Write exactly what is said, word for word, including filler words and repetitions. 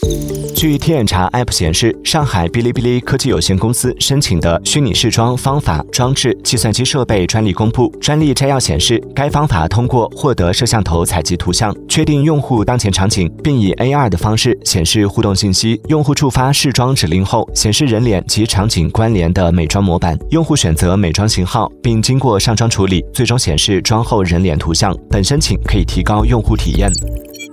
据天眼查 App 显示，上海哔哩哔哩科技有限公司申请的虚拟试装方法、装置、计算机设备专利公布。专利摘要显示，该方法通过获得摄像头采集图像，确定用户当前场景，并以 A R 的方式显示互动信息。用户触发试装指令后，显示人脸及场景关联的美妆模板。用户选择美妆型号，并经过上妆处理，最终显示妆后人脸图像。本申请可以提高用户体验。